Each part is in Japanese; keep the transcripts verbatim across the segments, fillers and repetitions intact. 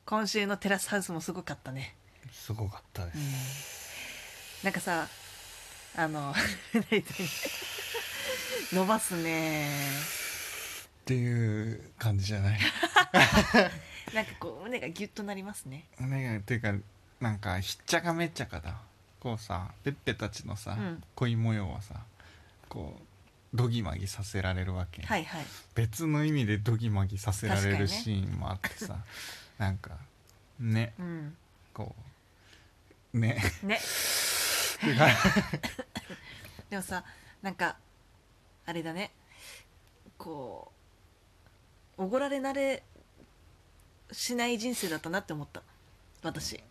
今週のテラスハウスもすごかったね。 すごかったです、 うん、なんかさあの伸ばすねっていう感じじゃないなんかこう胸がギュッとなりますね。 胸がっていうかなんかひっちゃかめっちゃかだ。こうさペッペたちのさ、うん、恋模様はさこうドギマギさせられるわけ、 はいはい、 別の意味でドギマギさせられるシーンもあってさ、ね、なんかね、うん、こうねねでもさなんかあれだねこうおごられ慣れしない人生だったなって思った私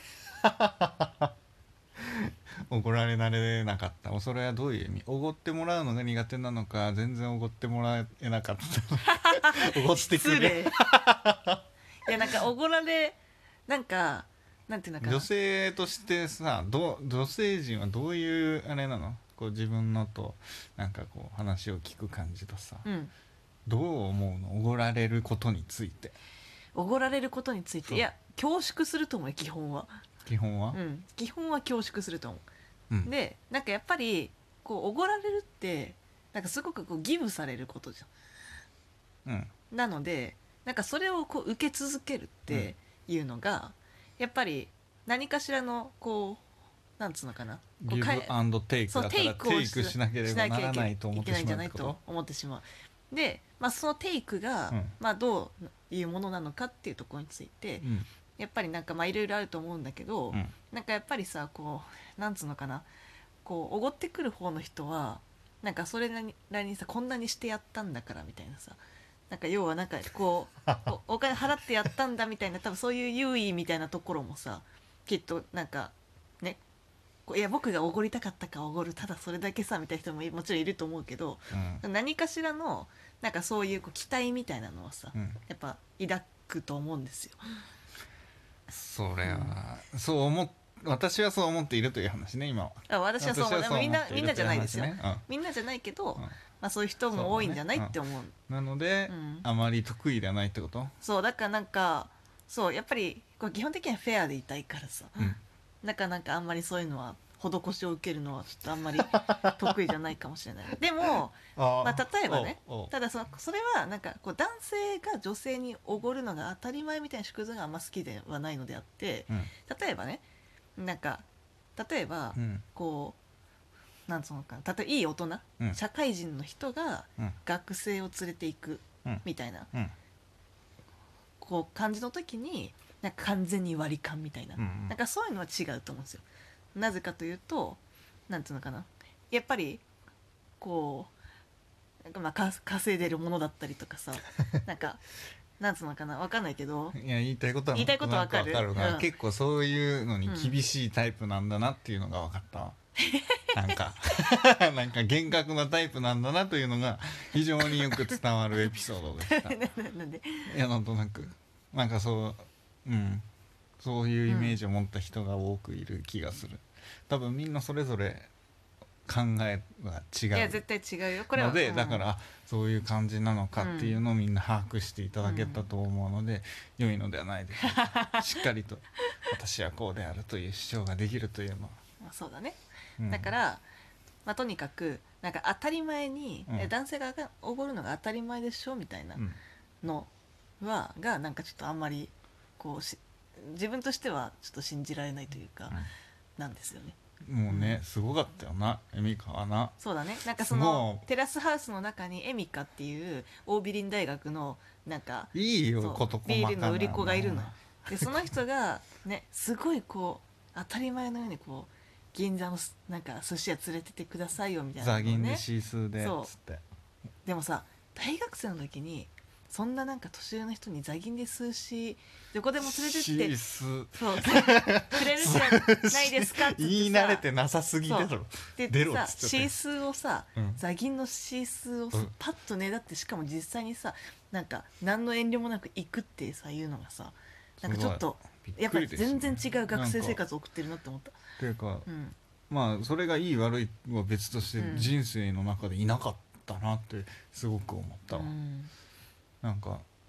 おごられ慣れなかった。それはどういう意味？おごってもらうのが苦手なのか、全然おごってもらえなかったおごってくれいやなんかおごられなんかなんていうのかな、 女性としてさど女性陣はどういうあれなの？こう自分のとなんかこう話を聞く感じとさ、うん、どう思うの？おごられることについて。 おごられることについていや恐縮すると思う。基本は基本は、 うん、基本は恐縮すると思う、うん、でなんかやっぱりこうおごられるってなんかすごくこうギブされることじゃん、うん、なのでなんかそれをこう受け続けるっていうのが、うん、やっぱり何かしらのこうなんつうのかなギブアンドテイクだからテイクしなければならないと思ってしまうってこと？ 思ってしまう。で、まあ、そのテイクが、うんまあ、どういうものなのかっていうところについて、うん、やっぱりなんかまあいろいろあると思うんだけど、うん、なんかやっぱりさこうなんつうのかなこうおごってくる方の人はなんかそれなりにさこんなにしてやったんだからみたいなさなんか要はなんかこう お, お金払ってやったんだみたいな多分そういう優位みたいなところもさきっとなんかねいや僕がおごりたかったかおごるただそれだけさみたいな人ももちろんいると思うけど、うん、何かしらのなんかそういうこう期待みたいなのはさ、うん、やっぱ抱くと思うんですよ。 それは、うん、そう思っ私はそう思っているという話ね今は。 あ私はそう思う。みんなみんなじゃないですよ、うん、みんなじゃないけど、うんまあ、そういう人も多いんじゃない、ね、って思う、 うん、なので、うん、あまり得意ではないってこと？ そうだからなんかそうやっぱりこう基本的にはフェアでいたいからさ、うん、なんかなんかあんまりそういうのは施しを受けるのはちょっとあんまり得意じゃないかもしれないでもまあ、例えばねただそのそれはなんかこう男性が女性におごるのが当たり前みたいな縮図があんま好きではないのであって、うん、例えばねなんか例えば、うん、こうなんつうのかな例えばいい大人、うん、社会人の人が学生を連れていくみたいな、うん、こう感じの時になんか完全に割り勘みたいな、うんうん、なんかそういうのは違うと思うんですよ。なぜかというとなんていうのかなやっぱりこうなんかまあ稼いでるものだったりとかさなんかなんつうのかな分かんないけどいや言いたいことは言いたいこと分かる分かる、うん、結構そういうのに厳しいタイプなんだなっていうのが分かったわ、うん、なんかなんか厳格なタイプなんだなというのが非常によく伝わるエピソードでしたなんでいやなんとなくなんかそううんそういうイメージを持った人が多くいる気がする、うん、多分みんなそれぞれ考えは違ういや絶対違うよこれはので、うん、だからそういう感じなのかっていうのをみんな把握していただけたと思うので、うん、良いのではないでしょうかしっかりと私はこうであるという主張ができるというのはそうだね、うん、だから、まあ、とにかくなんか当たり前に、うん、男性がおごるのが当たり前でしょみたいなのは、うん、がなんかちょっとあんまりこうし自分としてはちょっと信じられないというか、うん、なんですよね。 もうね、うん、すごかったよなエミカはな。 そうだねなんかそのテラスハウスの中にエミカっていうオービリン大学のなんかいいよこと細かなビールの売り子がいるのよ。でその人がねすごいこう当たり前のようにこう銀座のなんか寿司屋連れてってくださいよみたいな、ね、 ザギンでシースーでっつってでもさ大学生の時にそんななんか年上の人にザギンで寿司どこでも連れてってシースーそうくれるじゃないですかっつってさ言い慣れてなさすぎだろで出ろっつってシースーをさ、うん、ザギンのシースーをパッとねだってしかも実際にさなんか何の遠慮もなく行くってさ言うのがさなんかちょっとやっぱり全然違う学生生活を送ってるなって思ったっていうか、うん、まあそれがいい悪いは別として人生の中でいなかったなってすごく思ったわ、うん、なんか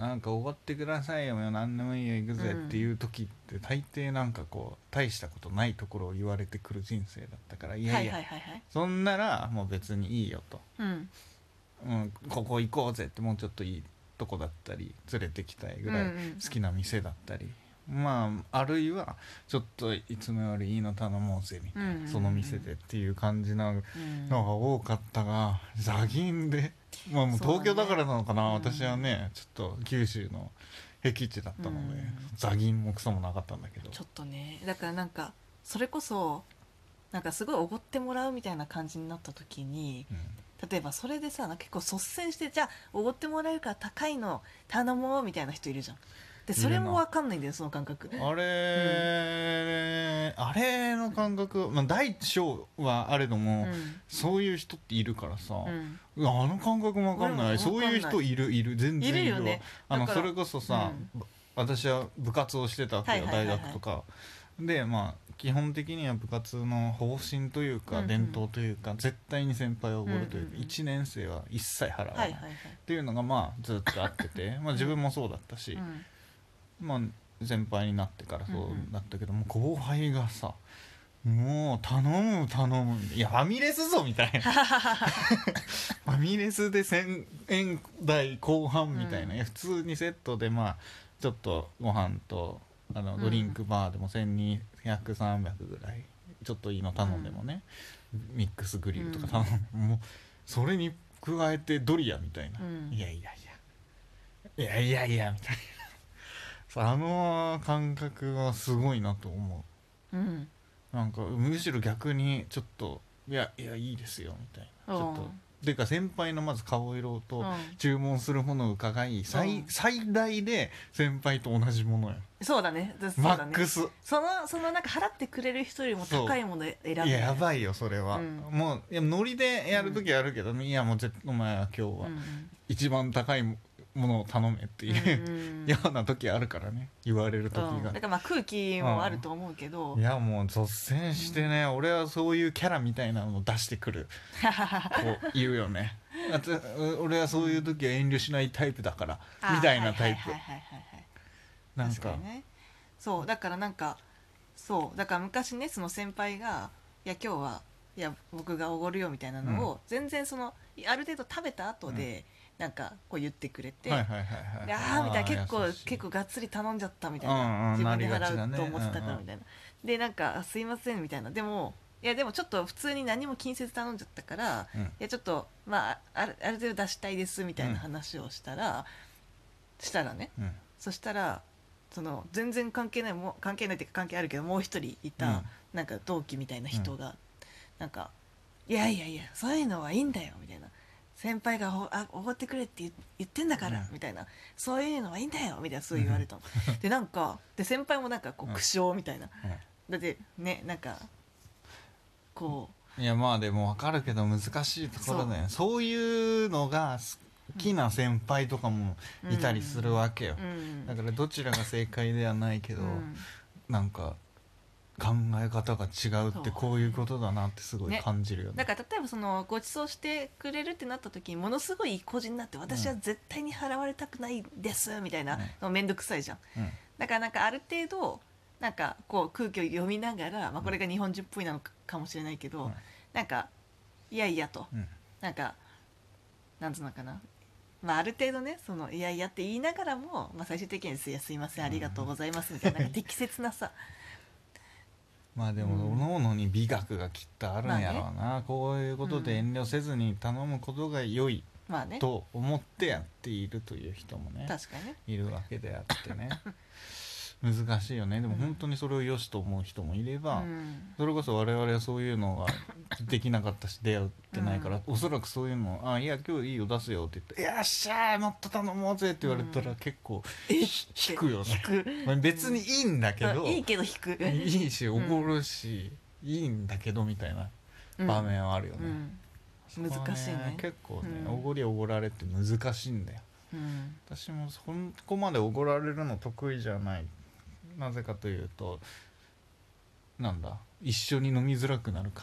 なんかおごってくださいよ何でもいいよ行くぜっていう時って大抵なんかこう大したことないところを言われてくる人生だったから、いやいや、はいはいはいはい、そんならもう別にいいよと、うんうん、ここ行こうぜってもうちょっといいとこだったり連れてきたいぐらい好きな店だったり、うんうん、まああるいはちょっといつもよりいいの頼もうぜみたいな、うんうんうん、その店でっていう感じなのが多かったが、ザギンで、まあ、もう東京だからなのかな、ね、私はねちょっと九州の僻地だったので、うん、ザギンもクソもなかったんだけど、 ちょっとねだからなんかそれこそなんかすごいおごってもらうみたいな感じになった時に、うん、例えばそれでさ結構率先してじゃあおごってもらえるから高いの頼もうみたいな人いるじゃん。でそれも分かんないんだよその感覚。 あれ、うん、あれの感覚、まあ、大小はあれども、うん、そういう人っているからさ、うん、あの感覚も分かんない。そういう人いるいる全然いる。いるよね。あのそれこそさ、うん、私は部活をしてたわけよ、大学とかで、まあ基本的には部活の方針というか、うんうん、伝統というか絶対に先輩をおごるというか、うんうん、いちねん生は一切払わない、はいはいはい、っていうのがまあずっとあっててまあ自分もそうだったし、うんまあ、先輩になってからそうだったけども、うんうん、後輩がさもう頼む頼むいやファミレスぞみたいなファミレスでせんえん台後半みたいな、うん、普通にセットでまあちょっとご飯とあのドリンクバーでもせんにひゃく、さんびゃくぐらいちょっといいの頼んでもね、うん、ミックスグリルとか頼んで、うん、もうそれに加えてドリアみたいな、うん、いやいやいやいやいやいやみたいなあの感覚はすごいなと思う、うん、なんかむしろ逆にちょっといやいやいいですよみたいな、ちょっとてか先輩のまず顔色と注文するものを伺い、うん、最, 最大で先輩と同じものよ。 そうだね、そうだね、マックスそのそのなんか払ってくれる人よりも高いもの選ぶ、ね、 いややばいよそれは、うん、もういやノリでやるときあるけど、うん、いやもうお前は今日は一番高いものを頼めっていう、うん、ような時あるからね言われる時が、うん、 だからまあ空気もあると思うけど、 うん、いやもう率先してね、うん、俺はそういうキャラみたいなのを出してくるこう言うよねだって俺はそういう時は遠慮しないタイプだから、うん、みたいなタイプなんか、ね、そうだからなんかそうだから昔ねその先輩がいや今日はいや僕がおごるよみたいなのを、うん、全然そのある程度食べた後で、うんなんかこう言ってくれて、はいはいはいはい、ああみたいな結構結構がっつり頼んじゃったみたいな、うんうん、自分で払うと思ってたからみたいな、うんうん、でなんかすいませんみたいな、でもいやでもちょっと普通に何も気にせず頼んじゃったから、うん、いやちょっとまあある、ある程度出したいですみたいな話をしたら、うん、したらね、うん、そしたらその全然関係ないも関係ないっていうか関係あるけどもう一人いた、うん、なんか同期みたいな人が、うん、なんかいやいやいやそういうのはいいんだよみたいな、先輩がおあおごってくれって言ってんだから、うん、みたいな、そういうのはいいんだよみたいなそう言われたの、うん、でなんかで先輩もなんかこう苦笑みたいな、うん、だってねなんかこういやまあでも分かるけど難しいところだよね、そう、そういうのが好きな先輩とかもいたりするわけよ、うん、だからどちらが正解ではないけど、うん、なんか考え方が違うってこういうことだなってすごい感じるよね。 だから例えばそのご馳走してくれるってなった時にものすごい個人になって私は絶対に払われたくないですみたいなのめんどくさいじゃん、うん、だからなんかある程度なんかこう空気を読みながら、まあ、これが日本人っぽいなのかもしれないけど、うん、なんかいやいやと、うん、なんかなんつうのかな、まあ、ある程度ねそのいやいやって言いながらも、まあ、最終的にいやすいませんありがとうございますみたいな、なんか適切なさまあでも各々に美学がきっとあるんやろうな、まあね、こういうことで遠慮せずに頼むことが良いと思ってやっているという人もね、 確かにねいるわけであってね難しいよね。でも本当にそれを良しと思う人もいれば、うん、それこそ我々はそういうのができなかったし出会ってないから、うん、おそらくそういうのあいや今日いいよ出すよって言ってよっしゃーもっと頼もうぜって言われたら結構、うん、引くよね引く、まあ、別にいいんだけど、 いいけど引くいいし怒るし、うん、いいんだけどみたいな場面はあるよね、 うんうん、難しいね結構ねおご、うん、りおごられって難しいんだよ、うん、私もそこまでおごられるの得意じゃない。なぜかというとなんだ一緒に飲みづらくなるから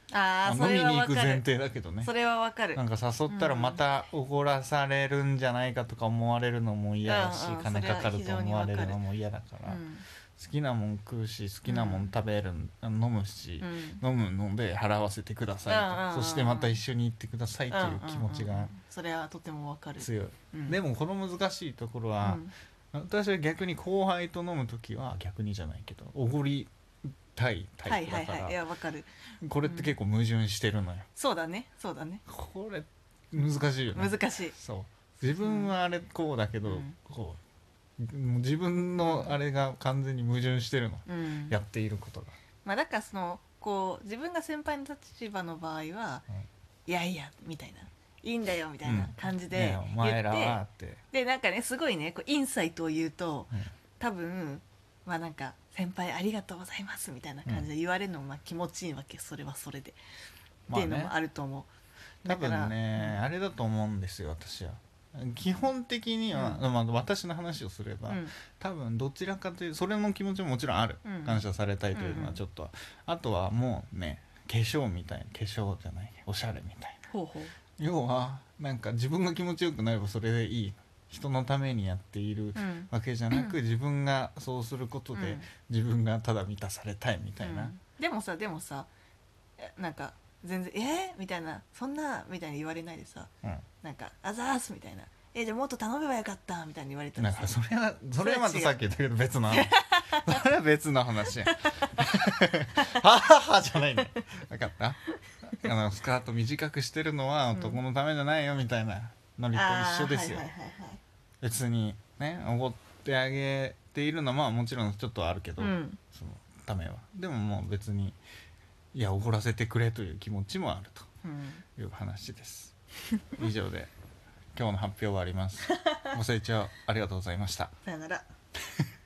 あ飲みに行く前提だけどね。 それはわかる。 なんか誘ったらまたおごらされるんじゃないかとか思われるのも嫌だし、 うんうん、 金かかると思われるのも嫌だから、うん、好きなもん食うし好きなもん食べる、うん、飲むし、うん、飲むので払わせてくださいと、うん、そしてまた一緒に行ってくださいという気持ちが、うんうんうん、 それはとてもわかる。 強い、うん、でもこの難しいところは、うん、私は逆に後輩と飲む時は逆にじゃないけどおごりたいタイプだから、はいはいはい、いやわかる。これって結構矛盾してるのよ、うん、 そうだねそうだね。 これ難しいよね。難しい。そう自分はあれこうだけど、うん、こう自分のあれが完全に矛盾してるの、うん、やっていることが。 まあだからそのこう自分が先輩の立場の場合は、うん、いやいやみたいないいんだよみたいな感じで言って、うんね、お前らはってでなんかねすごいねこうインサイトを言うと、うん、多分まあなんか先輩ありがとうございますみたいな感じで言われるのもまあ気持ちいいわけ、それはそれで、まあね、っていうのもあると思う。 だから多分ね、うん、あれだと思うんですよ私は。基本的には、うんまあ、私の話をすれば、うん、多分どちらかというそれの気持ちももちろんある、うん、感謝されたいというのはちょっと、うんうん、あとはもうね化粧みたいな化粧じゃないおしゃれみたいな、ほうほう要はなんか自分が気持ちよくなればそれでいい、人のためにやっているわけじゃなく、うん、自分がそうすることで、うん、自分がただ満たされたいみたいな、うん、 でもさでもさなんか全然えー、みたいなそんなみたいに言われないでさ、うん、なんかあざーすみたいなえじゃあもっと頼めばよかったみたいに言われたらさ、 なんかそれはそれはまたさっき言ったけど別の話それは別の話やんはははじゃないね分かった。あのスカート短くしてるのは男のためじゃないよみたいなノリと一緒ですよ、はいはいはいはい、別にねおごってあげているのはもちろんちょっとあるけど、うん、そのためはでももう別にいやおごらせてくれという気持ちもあるという話です、うん、以上で今日の発表はあります。ご清聴ありがとうございました。 さよなら